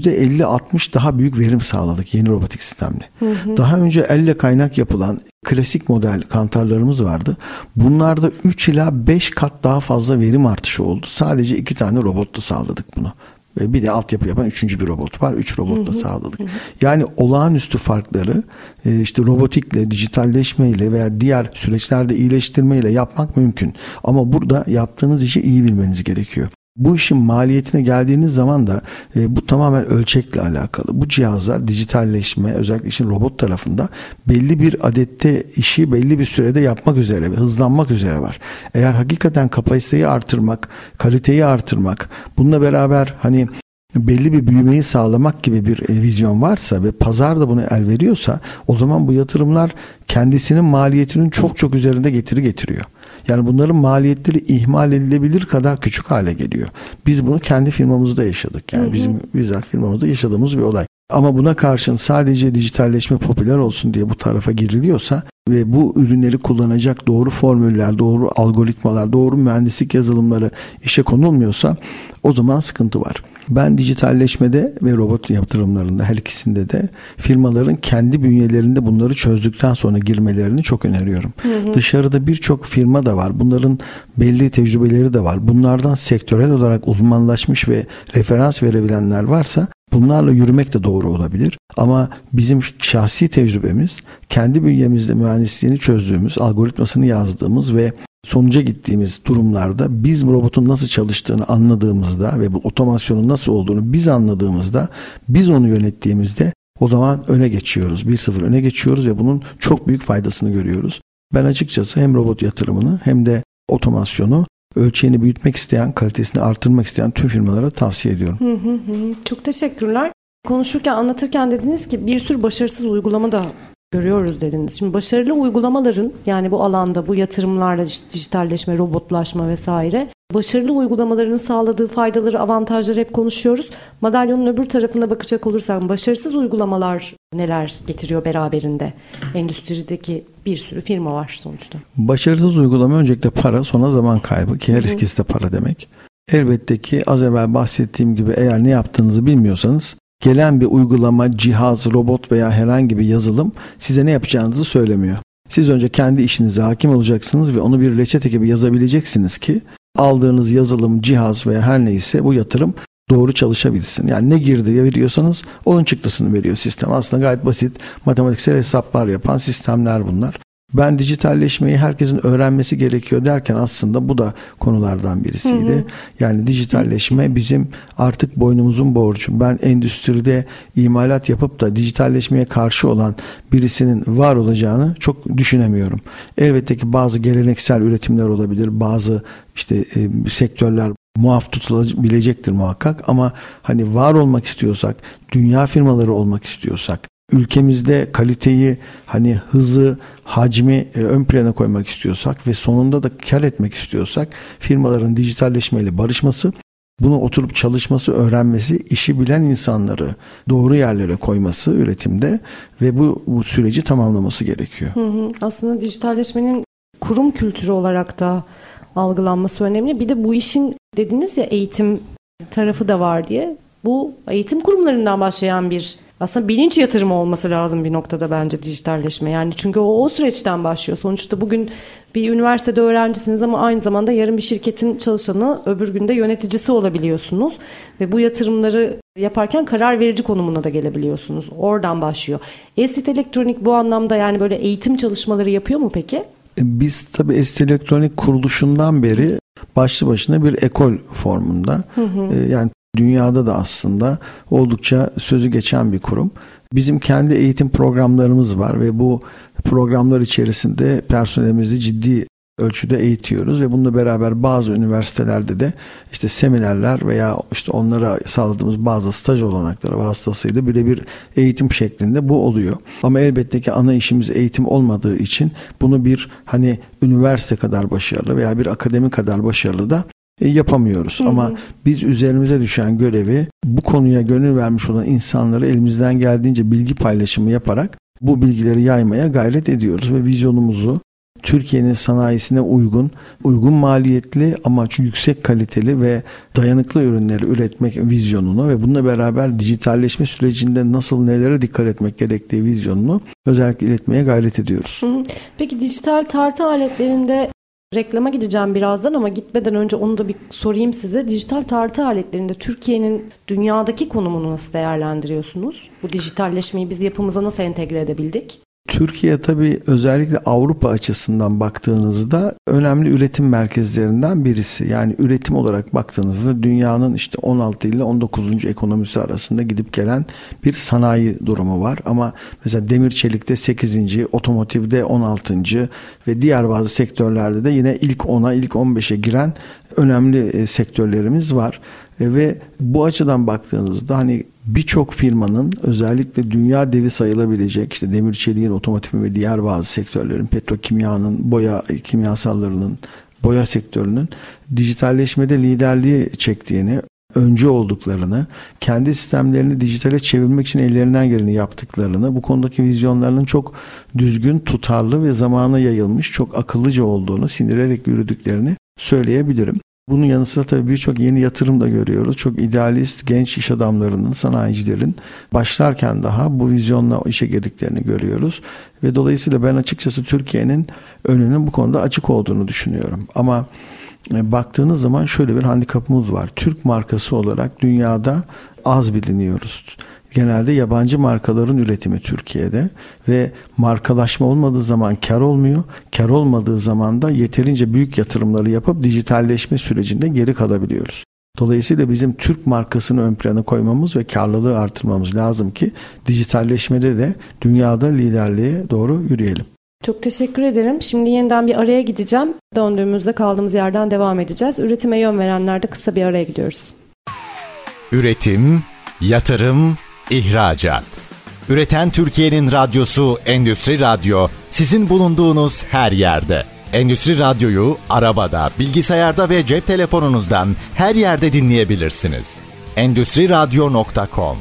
%50-60 daha büyük verim sağladık yeni robotik sistemle. Daha önce elle kaynak yapılan klasik model kantarlarımız vardı. Bunlarda 3 ila 5 kat daha fazla verim artışı oldu. Sadece 2 tane robotla sağladık bunu. Ve bir de altyapı yapan 3. bir robot var. 3 robotla sağladık. Yani olağanüstü farkları işte robotikle, dijitalleşmeyle veya diğer süreçlerde iyileştirmeyle yapmak mümkün. Ama burada yaptığınız işi iyi bilmeniz gerekiyor. Bu işin maliyetine geldiğiniz zaman da bu tamamen ölçekle alakalı. Bu cihazlar dijitalleşme, özellikle işin robot tarafında belli bir adette işi belli bir sürede yapmak üzere ve hızlanmak üzere var. Eğer hakikaten kapasiteyi artırmak, kaliteyi artırmak, bununla beraber hani belli bir büyümeyi sağlamak gibi bir vizyon varsa ve pazar da bunu el veriyorsa, o zaman bu yatırımlar kendisinin maliyetinin çok çok üzerinde getiri getiriyor. Yani bunların maliyetleri ihmal edilebilir kadar küçük hale geliyor. Biz bunu kendi firmamızda yaşadık. Yani bizim bizzat firmamızda yaşadığımız bir olay. Ama buna karşın sadece dijitalleşme popüler olsun diye bu tarafa giriliyorsa ve bu ürünleri kullanacak doğru formüller, doğru algoritmalar, doğru mühendislik yazılımları işe konulmuyorsa o zaman sıkıntı var. Ben dijitalleşmede ve robot yatırımlarında her ikisinde de firmaların kendi bünyelerinde bunları çözdükten sonra girmelerini çok öneriyorum. Dışarıda birçok firma da var. Bunların belli tecrübeleri de var. Bunlardan sektörel olarak uzmanlaşmış ve referans verebilenler varsa bunlarla yürümek de doğru olabilir. Ama bizim şahsi tecrübemiz kendi bünyemizde mühendisliğini çözdüğümüz, algoritmasını yazdığımız ve sonuca gittiğimiz durumlarda biz robotun nasıl çalıştığını anladığımızda ve bu otomasyonun nasıl olduğunu biz anladığımızda, biz onu yönettiğimizde o zaman öne geçiyoruz. 1-0 öne geçiyoruz ve bunun çok büyük faydasını görüyoruz. Ben açıkçası hem robot yatırımını hem de otomasyonu ölçeğini büyütmek isteyen, kalitesini artırmak isteyen tüm firmalara tavsiye ediyorum. Çok teşekkürler. Konuşurken, anlatırken dediniz ki bir sürü başarısız uygulama da görüyoruz dediniz. Şimdi başarılı uygulamaların, yani bu alanda, bu yatırımlarla işte dijitalleşme, robotlaşma vesaire, başarılı uygulamaların sağladığı faydaları, avantajları hep konuşuyoruz. Madalyonun öbür tarafına bakacak olursak başarısız uygulamalar neler getiriyor beraberinde? Endüstrideki bir sürü firma var sonuçta. Başarısız uygulama öncelikle para, sonra zaman kaybı, ki her ikisi de para demek. Elbette ki az evvel bahsettiğim gibi eğer ne yaptığınızı bilmiyorsanız gelen bir uygulama, cihaz, robot veya herhangi bir yazılım size ne yapacağınızı söylemiyor. Siz önce kendi işinize hakim olacaksınız ve onu bir reçete gibi yazabileceksiniz ki aldığınız yazılım, cihaz veya her neyse bu yatırım doğru çalışabilsin. Yani ne girdi veriyorsanız onun çıktısını veriyor sistem. Aslında gayet basit matematiksel hesaplar yapan sistemler bunlar. Ben dijitalleşmeyi herkesin öğrenmesi gerekiyor derken aslında bu da konulardan birisiydi. Yani dijitalleşme bizim artık boynumuzun borcu. Ben endüstride imalat yapıp da dijitalleşmeye karşı olan birisinin var olacağını çok düşünemiyorum. Elbette ki bazı geleneksel üretimler olabilir, bazı işte sektörler muaf tutulabilecektir muhakkak, ama hani var olmak istiyorsak, dünya firmaları olmak istiyorsak, ülkemizde kaliteyi, hani hızı, hacmi ön plana koymak istiyorsak ve sonunda da kar etmek istiyorsak firmaların dijitalleşmeyle barışması, bunu oturup çalışması, öğrenmesi, işi bilen insanları doğru yerlere koyması üretimde ve bu süreci tamamlaması gerekiyor. Aslında dijitalleşmenin kurum kültürü olarak da algılanması önemli. Bir de bu işin dediniz ya eğitim tarafı da var diye. Bu eğitim kurumlarından başlayan bir aslında bilinç yatırımı olması lazım bir noktada bence dijitalleşme. Yani çünkü o süreçten başlıyor. Sonuçta bugün bir üniversitede öğrencisiniz ama aynı zamanda yarın bir şirketin çalışanı, öbür günde yöneticisi olabiliyorsunuz. Ve bu yatırımları yaparken karar verici konumuna da gelebiliyorsunuz. Oradan başlıyor. Esit Elektronik bu anlamda yani böyle eğitim çalışmaları yapıyor mu peki? Biz tabii Esit Elektronik kuruluşundan beri başlı başına bir ekol formunda. Yani dünyada da aslında oldukça sözü geçen bir kurum. Bizim kendi eğitim programlarımız var ve bu programlar içerisinde personelimizi ciddi ölçüde eğitiyoruz ve bununla beraber bazı üniversitelerde de işte seminerler veya işte onlara sağladığımız bazı staj olanakları vasıtasıyla birebir eğitim şeklinde bu oluyor. Ama elbette ki ana işimiz eğitim olmadığı için bunu bir hani üniversite kadar başarılı veya bir akademi kadar başarılı da yapamıyoruz. Ama biz üzerimize düşen görevi bu konuya gönül vermiş olan insanlara elimizden geldiğince bilgi paylaşımı yaparak bu bilgileri yaymaya gayret ediyoruz ve vizyonumuzu Türkiye'nin sanayisine uygun maliyetli ama yüksek kaliteli ve dayanıklı ürünleri üretmek vizyonunu ve bununla beraber dijitalleşme sürecinde nasıl nelere dikkat etmek gerektiği vizyonunu özellikle iletmeye gayret ediyoruz. Peki dijital tartı aletlerinde reklama gideceğim birazdan ama gitmeden önce onu da bir sorayım size. Dijital tartı aletlerinde Türkiye'nin dünyadaki konumunu nasıl değerlendiriyorsunuz? Bu dijitalleşmeyi biz yapımıza nasıl entegre edebildik? Türkiye tabii özellikle Avrupa açısından baktığınızda önemli üretim merkezlerinden birisi. Yani üretim olarak baktığınızda dünyanın işte 16 ile 19. ekonomisi arasında gidip gelen bir sanayi durumu var. Ama mesela demir çelikte 8. otomotivde 16. ve diğer bazı sektörlerde de yine ilk 10'a ilk 15'e giren önemli sektörlerimiz var. Ve bu açıdan baktığınızda hani birçok firmanın özellikle dünya devi sayılabilecek işte demir çeliğin, otomotivin ve diğer bazı sektörlerin, petrokimyanın, boya kimyasallarının, boya sektörünün dijitalleşmede liderliği çektiğini, öncü olduklarını, kendi sistemlerini dijitale çevirmek için ellerinden geleni yaptıklarını, bu konudaki vizyonlarının çok düzgün, tutarlı ve zamana yayılmış, çok akıllıca olduğunu, sindirerek yürüdüklerini söyleyebilirim. Bunun yanı sıra tabii birçok yeni yatırım da görüyoruz. Çok idealist genç iş adamlarının, sanayicilerin başlarken daha bu vizyonla işe girdiklerini görüyoruz. Ve dolayısıyla ben açıkçası Türkiye'nin önünün bu konuda açık olduğunu düşünüyorum. Ama baktığınız zaman şöyle bir handikapımız var. Türk markası olarak dünyada az biliniyoruz. Genelde yabancı markaların üretimi Türkiye'de ve markalaşma olmadığı zaman kar olmuyor. Kar olmadığı zaman da yeterince büyük yatırımları yapıp dijitalleşme sürecinde geri kalabiliyoruz. Dolayısıyla bizim Türk markasını ön plana koymamız ve karlılığı artırmamız lazım ki dijitalleşmede de dünyada liderliğe doğru yürüyelim. Çok teşekkür ederim. Şimdi yeniden bir araya gideceğim. Döndüğümüzde kaldığımız yerden devam edeceğiz. Üretime yön verenlerde kısa bir araya gidiyoruz. Üretim, yatırım, ihracat. Üreten Türkiye'nin radyosu Endüstri Radyo, sizin bulunduğunuz her yerde. Endüstri Radyo'yu arabada, bilgisayarda ve cep telefonunuzdan her yerde dinleyebilirsiniz. Endüstriradyo.com.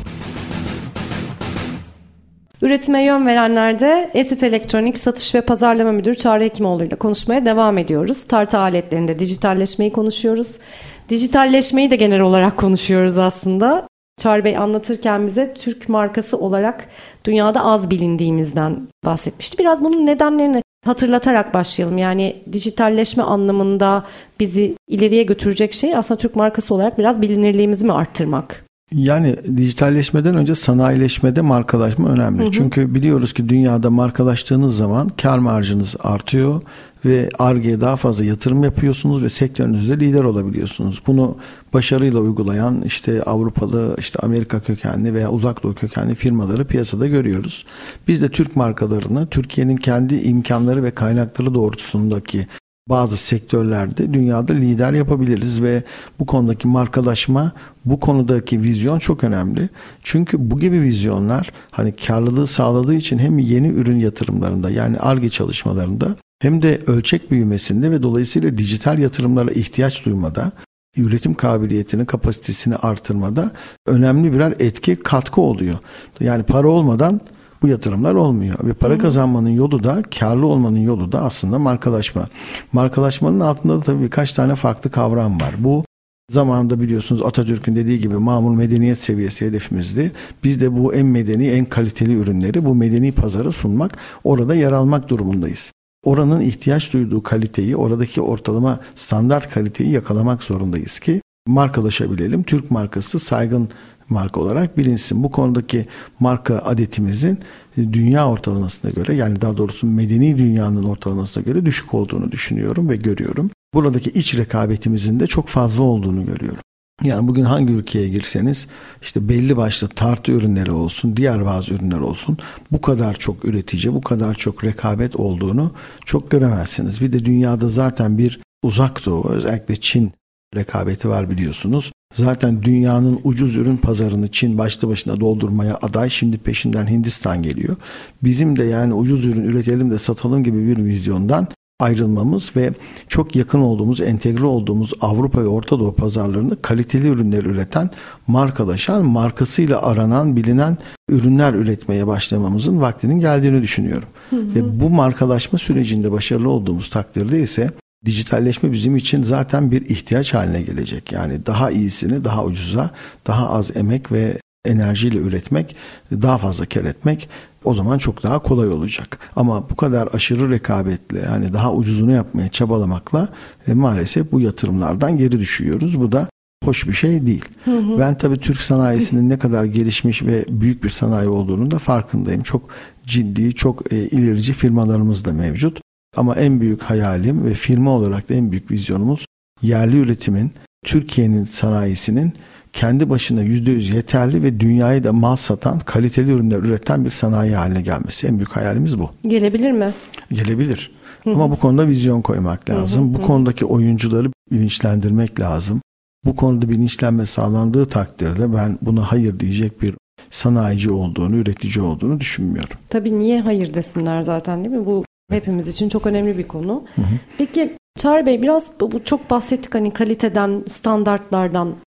Üretime yön verenlerde Esit Elektronik Satış ve Pazarlama Müdürü Çağrı Hekimoğlu ile konuşmaya devam ediyoruz. Tartı aletlerinde dijitalleşmeyi konuşuyoruz. Dijitalleşmeyi de genel olarak konuşuyoruz aslında. Çağrı Bey anlatırken bize Türk markası olarak dünyada az bilindiğimizden bahsetmişti. Biraz bunun nedenlerini hatırlatarak başlayalım. Yani dijitalleşme anlamında bizi ileriye götürecek şey aslında Türk markası olarak biraz bilinirliğimizi mi arttırmak? Yani dijitalleşmeden önce sanayileşmede markalaşma önemli. Çünkü biliyoruz ki dünyada markalaştığınız zaman kar marjınız artıyor ve Ar-Ge'ye daha fazla yatırım yapıyorsunuz ve sektörünüzde lider olabiliyorsunuz. Bunu başarıyla uygulayan işte Avrupalı, işte Amerika kökenli veya Uzak Doğu kökenli firmaları piyasada görüyoruz. Biz de Türk markalarını Türkiye'nin kendi imkanları ve kaynakları doğrultusundaki bazı sektörlerde dünyada lider yapabiliriz ve bu konudaki markalaşma, bu konudaki vizyon çok önemli. Çünkü bu gibi vizyonlar hani karlılığı sağladığı için hem yeni ürün yatırımlarında yani Ar-Ge çalışmalarında hem de ölçek büyümesinde ve dolayısıyla dijital yatırımlara ihtiyaç duymada, üretim kabiliyetini, kapasitesini artırmada önemli birer etki, katkı oluyor. Yani para olmadan bu yatırımlar olmuyor ve para kazanmanın yolu da, karlı olmanın yolu da aslında markalaşma. Markalaşmanın altında da tabii birkaç tane farklı kavram var. Bu zamanında biliyorsunuz Atatürk'ün dediği gibi mamul medeniyet seviyesi hedefimizdi. Biz de bu en medeni, en kaliteli ürünleri bu medeni pazara sunmak, orada yer almak durumundayız. Oranın ihtiyaç duyduğu kaliteyi, oradaki ortalama standart kaliteyi yakalamak zorundayız ki markalaşabilelim. Türk markası saygın marka olarak bilinsin. Bu konudaki marka adetimizin dünya ortalamasına göre, yani daha doğrusu medeni dünyanın ortalamasına göre düşük olduğunu düşünüyorum ve görüyorum. Buradaki iç rekabetimizin de çok fazla olduğunu görüyorum. Yani bugün hangi ülkeye girseniz işte belli başlı tartı ürünleri olsun, diğer bazı ürünler olsun, bu kadar çok üretici, bu kadar çok rekabet olduğunu çok göremezsiniz. Bir de dünyada zaten bir Uzak Doğu, özellikle Çin rekabeti var biliyorsunuz. Zaten dünyanın ucuz ürün pazarını Çin başlı başına doldurmaya aday. Şimdi peşinden Hindistan geliyor. Bizim de yani ucuz ürün üretelim de satalım gibi bir vizyondan ayrılmamız ve çok yakın olduğumuz, entegre olduğumuz Avrupa ve Orta Doğu pazarlarında kaliteli ürünler üreten, markalaşan, markasıyla aranan, bilinen ürünler üretmeye başlamamızın vaktinin geldiğini düşünüyorum. Ve bu markalaşma sürecinde başarılı olduğumuz takdirde ise dijitalleşme bizim için zaten bir ihtiyaç haline gelecek. Yani daha iyisini daha ucuza, daha az emek ve enerjiyle üretmek, daha fazla kar etmek o zaman çok daha kolay olacak. Ama bu kadar aşırı rekabetle, yani daha ucuzunu yapmaya çabalamakla maalesef bu yatırımlardan geri düşüyoruz. Bu da hoş bir şey değil. Ben tabii Türk sanayisinin ne kadar gelişmiş ve büyük bir sanayi olduğunun da farkındayım. Çok ciddi, çok ilerici firmalarımız da mevcut. Ama en büyük hayalim ve firma olarak da en büyük vizyonumuz yerli üretimin, Türkiye'nin sanayisinin kendi başına %100 yeterli ve dünyaya da mal satan, kaliteli ürünler üreten bir sanayi haline gelmesi. En büyük hayalimiz bu. Gelebilir mi? Gelebilir. Ama bu konuda vizyon koymak lazım. Bu konudaki oyuncuları bilinçlendirmek lazım. Bu konuda bilinçlenme sağlandığı takdirde ben buna hayır diyecek bir sanayici olduğunu, üretici olduğunu düşünmüyorum. Tabii niye hayır desinler zaten, değil mi? Bu hepimiz için çok önemli bir konu. Peki Çağrı Bey, biraz bu çok bahsettik hani kaliteden, standartlardan. Bu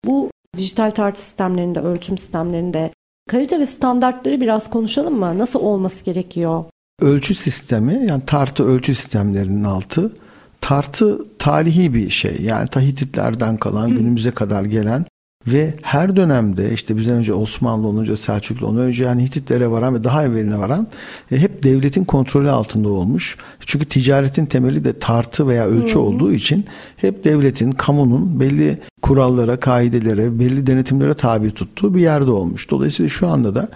dijital tartı sistemlerinde, ölçüm sistemlerinde kalite ve standartları biraz konuşalım mı? Nasıl olması gerekiyor? Ölçü sistemi, yani tartı ölçü sistemlerinin altı. Tartı tarihi bir şey. Yani ta Hititlerden kalan, günümüze kadar gelen ve her dönemde işte bizden önce Osmanlı, ondan önce Selçuklu, ondan önce yani Hititlere varan ve daha evveline varan hep devletin kontrolü altında olmuş. Çünkü ticaretin temeli de tartı veya ölçü olduğu için hep devletin, kamunun belli kurallara, kaidelere, belli denetimlere tabi tuttuğu bir yerde olmuş. Dolayısıyla şu anda da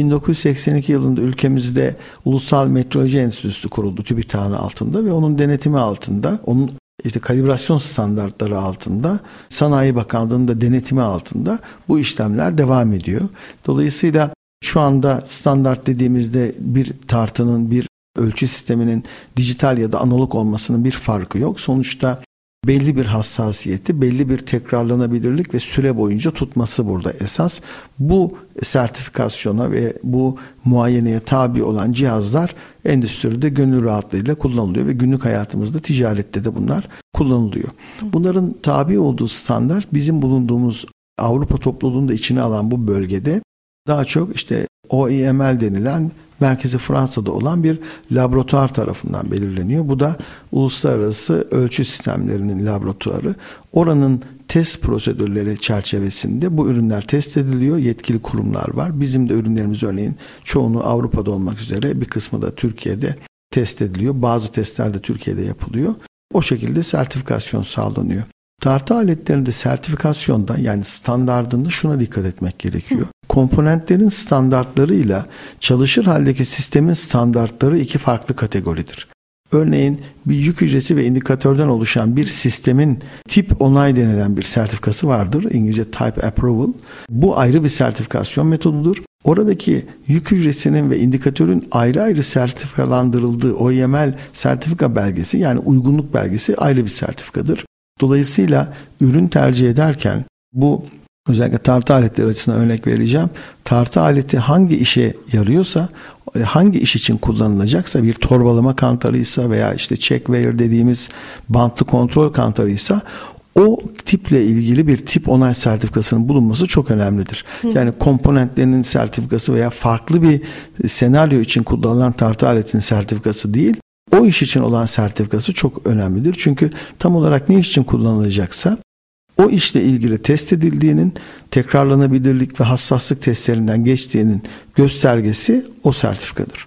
1982 yılında ülkemizde Ulusal Metroloji Enstitüsü kuruldu TÜBİTAK'ın altında ve onun denetimi altında, onun işte kalibrasyon standartları altında, Sanayi Bakanlığı'nın da denetimi altında bu işlemler devam ediyor. Dolayısıyla şu anda standart dediğimizde bir tartının, bir ölçü sisteminin dijital ya da analog olmasının bir farkı yok. Sonuçta belli bir hassasiyeti, belli bir tekrarlanabilirlik ve süre boyunca tutması burada esas. Bu sertifikasyona ve bu muayeneye tabi olan cihazlar endüstride gönül rahatlığıyla kullanılıyor ve günlük hayatımızda, ticarette de bunlar kullanılıyor. Bunların tabi olduğu standart bizim bulunduğumuz Avrupa topluluğunda içine alan bu bölgede daha çok işte OIML denilen merkezi Fransa'da olan bir laboratuvar tarafından belirleniyor. Bu da uluslararası ölçü sistemlerinin laboratuvarı. Oranın test prosedürleri çerçevesinde bu ürünler test ediliyor. Yetkili kurumlar var. Bizim de ürünlerimiz örneğin çoğunu Avrupa'da olmak üzere bir kısmı da Türkiye'de test ediliyor. Bazı testler de Türkiye'de yapılıyor. O şekilde sertifikasyon sağlanıyor. Tartı aletlerinde sertifikasyonda, yani standardında şuna dikkat etmek gerekiyor. Komponentlerin standartlarıyla çalışır haldeki sistemin standartları iki farklı kategoridir. Örneğin bir yük hücresi ve indikatörden oluşan bir sistemin tip onay denilen bir sertifikası vardır. İngilizce type approval. Bu ayrı bir sertifikasyon metodudur. Oradaki yük hücresinin ve indikatörün ayrı ayrı sertifikalandırıldığı OIML sertifika belgesi, yani uygunluk belgesi ayrı bir sertifikadır. Dolayısıyla ürün tercih ederken bu özellikle tartı aletleri açısından örnek vereceğim. Tartı aleti hangi işe yarıyorsa, hangi iş için kullanılacaksa, bir torbalama kantarıysa veya işte check weigher dediğimiz bantlı kontrol kantarıysa, o tiple ilgili bir tip onay sertifikasının bulunması çok önemlidir. Yani komponentlerinin sertifikası veya farklı bir senaryo için kullanılan tartı aletinin sertifikası değil, o iş için olan sertifikası çok önemlidir. Çünkü tam olarak ne iş için kullanılacaksa o işle ilgili test edildiğinin, tekrarlanabilirlik ve hassaslık testlerinden geçtiğinin göstergesi o sertifikadır.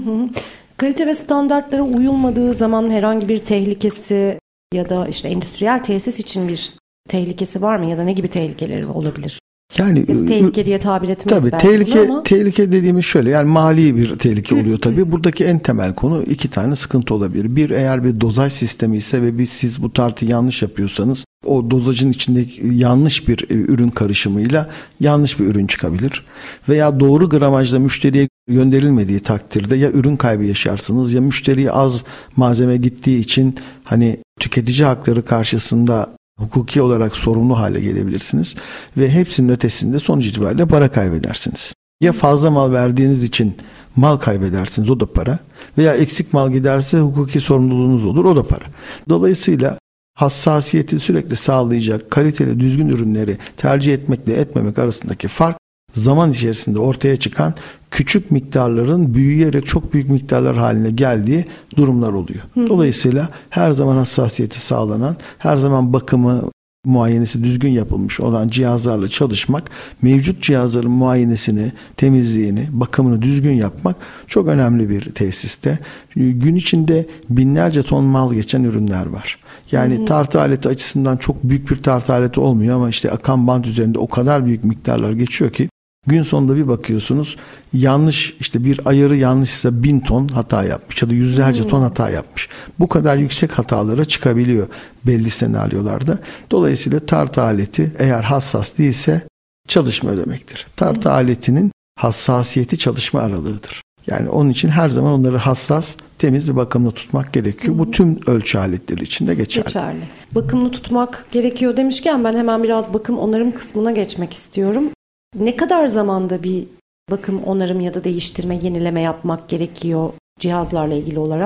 Kalite ve standartlara uyulmadığı zaman herhangi bir tehlikesi ya da işte endüstriyel tesis için bir tehlikesi var mı, ya da ne gibi tehlikeleri olabilir? Yani tehlike diye tabir etmeyiz tabii tehlike dediğimiz şöyle, yani mali bir tehlike oluyor tabii. Buradaki en temel konu iki tane sıkıntı olabilir. Bir, eğer bir dozaj sistemi ise ve siz bu tartıyı yanlış yapıyorsanız, o dozajın içindeki yanlış bir ürün karışımıyla yanlış bir ürün çıkabilir. Veya doğru gramajla müşteriye gönderilmediği takdirde ya ürün kaybı yaşarsınız, ya müşteriye az malzeme gittiği için hani tüketici hakları karşısında hukuki olarak sorumlu hale gelebilirsiniz ve hepsinin ötesinde sonuç itibariyle para kaybedersiniz. Ya fazla mal verdiğiniz için mal kaybedersiniz, o da para, veya eksik mal giderse hukuki sorumluluğunuz olur, o da para. Dolayısıyla hassasiyeti sürekli sağlayacak kaliteli, düzgün ürünleri tercih etmekle etmemek arasındaki fark, zaman içerisinde ortaya çıkan küçük miktarların büyüyerek çok büyük miktarlar haline geldiği durumlar oluyor. Dolayısıyla her zaman hassasiyeti sağlanan, her zaman bakımı, muayenesi düzgün yapılmış olan cihazlarla çalışmak, mevcut cihazların muayenesini, temizliğini, bakımını düzgün yapmak çok önemli bir tesiste. Gün içinde binlerce ton mal geçen ürünler var. Yani tartı aleti açısından çok büyük bir tartı aleti olmuyor ama işte akan bant üzerinde o kadar büyük miktarlar geçiyor ki gün sonunda bir bakıyorsunuz, yanlış, işte bir ayarı yanlışsa 1000 ton hata yapmış ya da yüzlerce ton hata yapmış. Bu kadar yüksek hatalara çıkabiliyor belli senaryolarda. Dolayısıyla tartı aleti eğer hassas değilse çalışmıyor demektir. Tartı aletinin hassasiyeti çalışma aralığıdır. Yani onun için her zaman onları hassas, temiz ve bakımlı tutmak gerekiyor. Bu tüm ölçü aletleri için de geçerli. Bakımlı tutmak gerekiyor demişken ben hemen biraz bakım onarım kısmına geçmek istiyorum. Ne kadar zamanda bir bakım, onarım ya da değiştirme, yenileme yapmak gerekiyor cihazlarla ilgili olarak?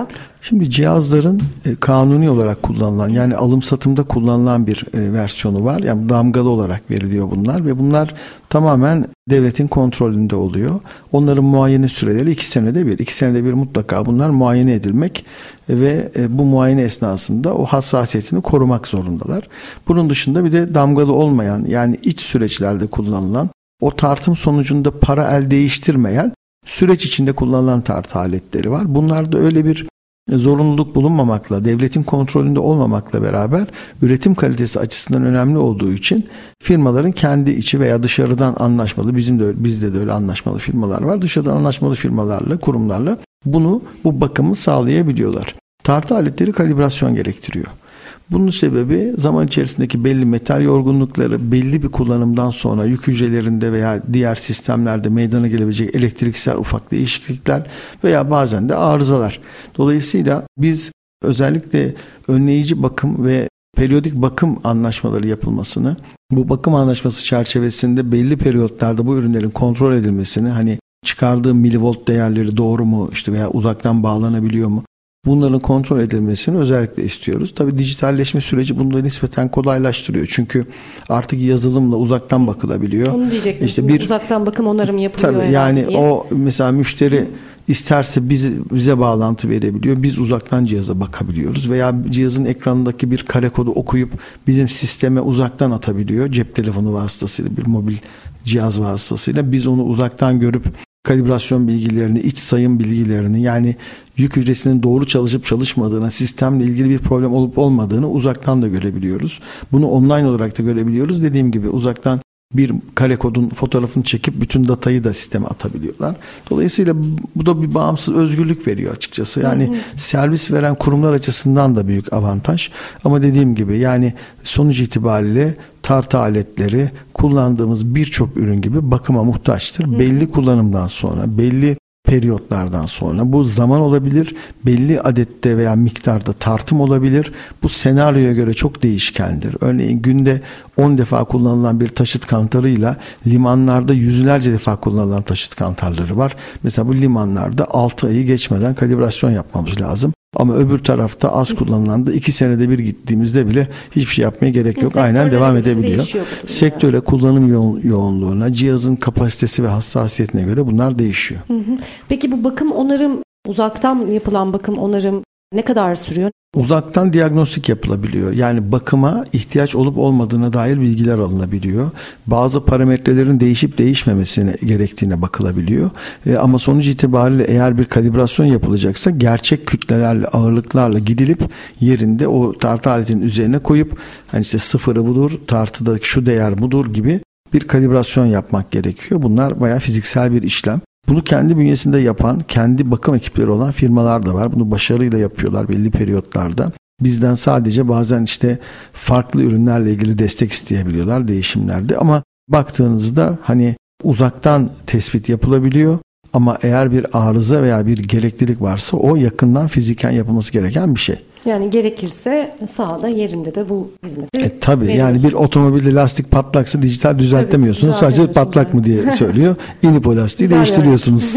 Şimdi cihazların kanuni olarak kullanılan, yani alım satımda kullanılan bir versiyonu var. Yani damgalı olarak veriliyor bunlar ve bunlar tamamen devletin kontrolünde oluyor. Onların muayene süreleri 2 senede bir. 2 senede bir mutlaka bunlar muayene edilmek ve bu muayene esnasında o hassasiyetini korumak zorundalar. Bunun dışında bir de damgalı olmayan, yani iç süreçlerde kullanılan, o tartım sonucunda para el değiştirmeyen süreç içinde kullanılan tartı aletleri var. Bunlarda öyle bir zorunluluk bulunmamakla, devletin kontrolünde olmamakla beraber üretim kalitesi açısından önemli olduğu için firmaların kendi içi veya dışarıdan anlaşmalı, bizde de öyle anlaşmalı firmalar var. Dışarıdan anlaşmalı firmalarla, kurumlarla bu bakımı sağlayabiliyorlar. Tartı aletleri kalibrasyon gerektiriyor. Bunun sebebi zaman içerisindeki belli metal yorgunlukları, belli bir kullanımdan sonra yük hücrelerinde veya diğer sistemlerde meydana gelebilecek elektriksel ufak değişiklikler veya bazen de arızalar. Dolayısıyla biz özellikle önleyici bakım ve periyodik bakım anlaşmaları yapılmasını, bu bakım anlaşması çerçevesinde belli periyotlarda bu ürünlerin kontrol edilmesini, hani çıkardığı milivolt değerleri doğru mu veya uzaktan bağlanabiliyor mu? Bunların kontrol edilmesini özellikle istiyoruz. Tabii dijitalleşme süreci bunu da nispeten kolaylaştırıyor. Çünkü artık yazılımla uzaktan bakılabiliyor. Onu diyecektim. Uzaktan bakım onarım yapılıyor. Tabii yani diye. O mesela müşteri isterse bize bağlantı verebiliyor. Biz uzaktan cihaza bakabiliyoruz. Veya cihazın ekranındaki bir kare kodu okuyup bizim sisteme uzaktan atabiliyor. Cep telefonu vasıtasıyla, bir mobil cihaz vasıtasıyla. Biz onu uzaktan görüp kalibrasyon bilgilerini, iç sayım bilgilerini, yani yük hücresinin doğru çalışıp çalışmadığını, sistemle ilgili bir problem olup olmadığını uzaktan da görebiliyoruz. Bunu online olarak da görebiliyoruz. Dediğim gibi uzaktan bir kare kodun fotoğrafını çekip bütün datayı da sisteme atabiliyorlar. Dolayısıyla bu da bir bağımsız özgürlük veriyor açıkçası. Yani servis veren kurumlar açısından da büyük avantaj. Ama dediğim gibi yani sonuç itibariyle tartı aletleri kullandığımız birçok ürün gibi bakıma muhtaçtır. Belli kullanımdan sonra, belli periyotlardan sonra bu zaman olabilir, belli adette veya miktarda tartım olabilir. Bu senaryoya göre çok değişkendir. Örneğin günde 10 defa kullanılan bir taşıt kantarıyla limanlarda yüzlerce defa kullanılan taşıt kantarları var. Mesela bu limanlarda 6 ayı geçmeden kalibrasyon yapmamız lazım. Ama öbür tarafta az kullanılan da 2 senede bir gittiğimizde bile hiçbir şey yapmaya gerek yok. Aynen devam edebiliyor. Sektöre, kullanım yoğunluğuna, cihazın kapasitesi ve hassasiyetine göre bunlar değişiyor. Peki bu bakım onarım, uzaktan yapılan bakım onarım ne kadar sürüyor? Uzaktan diagnostik yapılabiliyor. Yani bakıma ihtiyaç olup olmadığına dair bilgiler alınabiliyor. Bazı parametrelerin değişip değişmemesine gerektiğine bakılabiliyor. Ama sonuç itibariyle eğer bir kalibrasyon yapılacaksa gerçek kütlelerle, ağırlıklarla gidilip yerinde o tartı aletinin üzerine koyup hani sıfırı budur, tartıdaki şu değer budur gibi bir kalibrasyon yapmak gerekiyor. Bunlar bayağı fiziksel bir işlem. Bunu kendi bünyesinde yapan, kendi bakım ekipleri olan firmalar da var. Bunu başarıyla yapıyorlar belli periyotlarda. Bizden sadece bazen farklı ürünlerle ilgili destek isteyebiliyorlar değişimlerde. Ama baktığınızda hani uzaktan tespit yapılabiliyor. Ama eğer bir arıza veya bir gereklilik varsa o yakından fiziken yapılması gereken bir şey. Yani gerekirse sahada yerinde de bu hizmeti tabii yani bir otomobilde lastik patlaksa dijital düzeltemiyorsunuz. Sadece patlak mı diye söylüyor. İnip o lastiği değiştiriyorsunuz.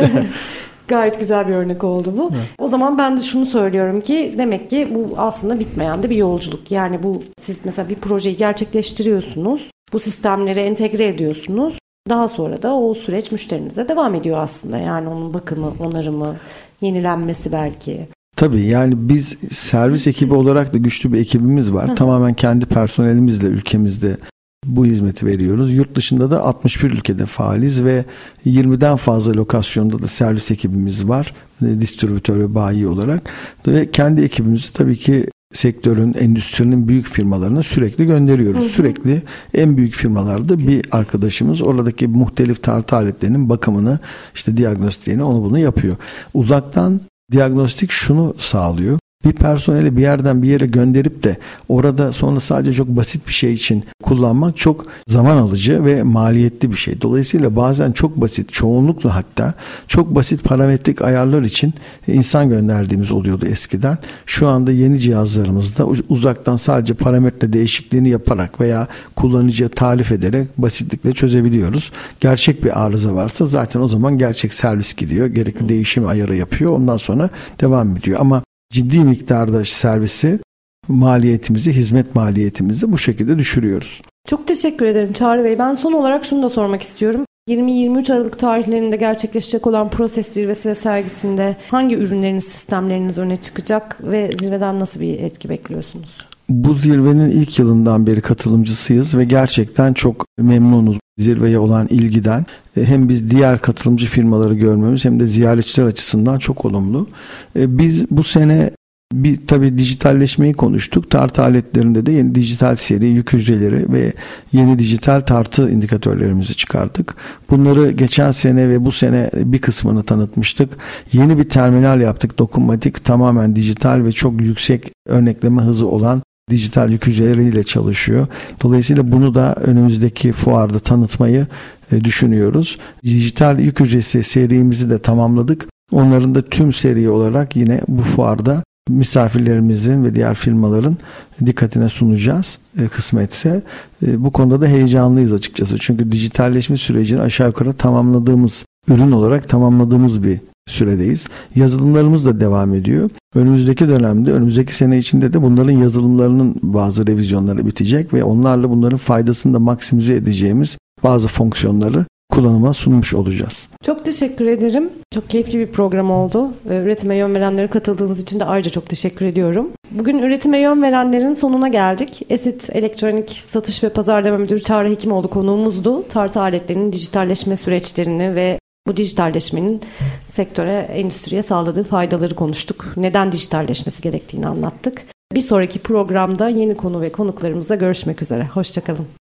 Gayet güzel bir örnek oldu bu. Evet. O zaman ben de şunu söylüyorum ki demek ki bu aslında bitmeyen de bir yolculuk. Yani siz mesela bir projeyi gerçekleştiriyorsunuz. Bu sistemleri entegre ediyorsunuz. Daha sonra da o süreç müşterinize devam ediyor aslında. Yani onun bakımı, onarımı, yenilenmesi belki. Tabii yani biz servis ekibi olarak da güçlü bir ekibimiz var. Tamamen kendi personelimizle ülkemizde bu hizmeti veriyoruz. Yurt dışında da 61 ülkede faaliz ve 20'den fazla lokasyonda da servis ekibimiz var. Distribütör ve bayi olarak. Ve kendi ekibimizi tabii ki sektörün, endüstrinin büyük firmalarına sürekli gönderiyoruz. Sürekli en büyük firmalarda bir arkadaşımız oradaki muhtelif tartı aletlerinin bakımını, diagnostiğini, onu bunu yapıyor. Uzaktan diagnostik şunu sağlıyor. Bir personeli bir yerden bir yere gönderip de orada sonra sadece çok basit bir şey için kullanmak çok zaman alıcı ve maliyetli bir şey. Dolayısıyla bazen çok basit, çoğunlukla hatta çok basit parametrik ayarlar için insan gönderdiğimiz oluyordu eskiden. Şu anda yeni cihazlarımızda uzaktan sadece parametre değişikliğini yaparak veya kullanıcıya tarif ederek basitlikle çözebiliyoruz. Gerçek bir arıza varsa zaten o zaman gerçek servis gidiyor. Gerekli değişim ayarı yapıyor. Ondan sonra devam ediyor. Ama ciddi miktarda servisi, maliyetimizi, hizmet maliyetimizi bu şekilde düşürüyoruz. Çok teşekkür ederim Çağrı Bey. Ben son olarak şunu da sormak istiyorum. 20-23 Aralık tarihlerinde gerçekleşecek olan Proses Zirvesi ve sergisinde hangi ürünleriniz, sistemleriniz öne çıkacak ve zirveden nasıl bir etki bekliyorsunuz? Bu zirvenin ilk yılından beri katılımcısıyız ve gerçekten çok memnunuz zirveye olan ilgiden. Hem biz diğer katılımcı firmaları görmemiz hem de ziyaretçiler açısından çok olumlu. Biz bu sene tabii dijitalleşmeyi konuştuk. Tartı aletlerinde de yeni dijital seri, yük hücreleri ve yeni dijital tartı indikatörlerimizi çıkardık. Bunları geçen sene ve bu sene bir kısmını tanıtmıştık. Yeni bir terminal yaptık. Dokunmatik, tamamen dijital ve çok yüksek örnekleme hızı olan dijital yük hücreleriyle çalışıyor. Dolayısıyla bunu da önümüzdeki fuarda tanıtmayı düşünüyoruz. Dijital yük hücresi serimizi de tamamladık. Onların da tüm seri olarak yine bu fuarda misafirlerimizin ve diğer firmaların dikkatine sunacağız kısmetse. Bu konuda da heyecanlıyız açıkçası. Çünkü dijitalleşme sürecini aşağı yukarı tamamladığımız, ürün olarak tamamladığımız bir süredeyiz. Yazılımlarımız da devam ediyor. Önümüzdeki dönemde, önümüzdeki sene içinde de bunların yazılımlarının bazı revizyonları bitecek ve onlarla bunların faydasını da maksimize edeceğimiz bazı fonksiyonları kullanıma sunmuş olacağız. Çok teşekkür ederim. Çok keyifli bir program oldu. Üretime yön verenlere katıldığınız için de ayrıca çok teşekkür ediyorum. Bugün üretime yön verenlerin sonuna geldik. Esit Elektronik Satış ve Pazarlama Müdürü Çağrı Hekimoğlu konuğumuzdu. Tartı aletlerinin dijitalleşme süreçlerini ve bu dijitalleşmenin sektöre, endüstriye sağladığı faydaları konuştuk. Neden dijitalleşmesi gerektiğini anlattık. Bir sonraki programda yeni konu ve konuklarımızla görüşmek üzere. Hoşça kalın.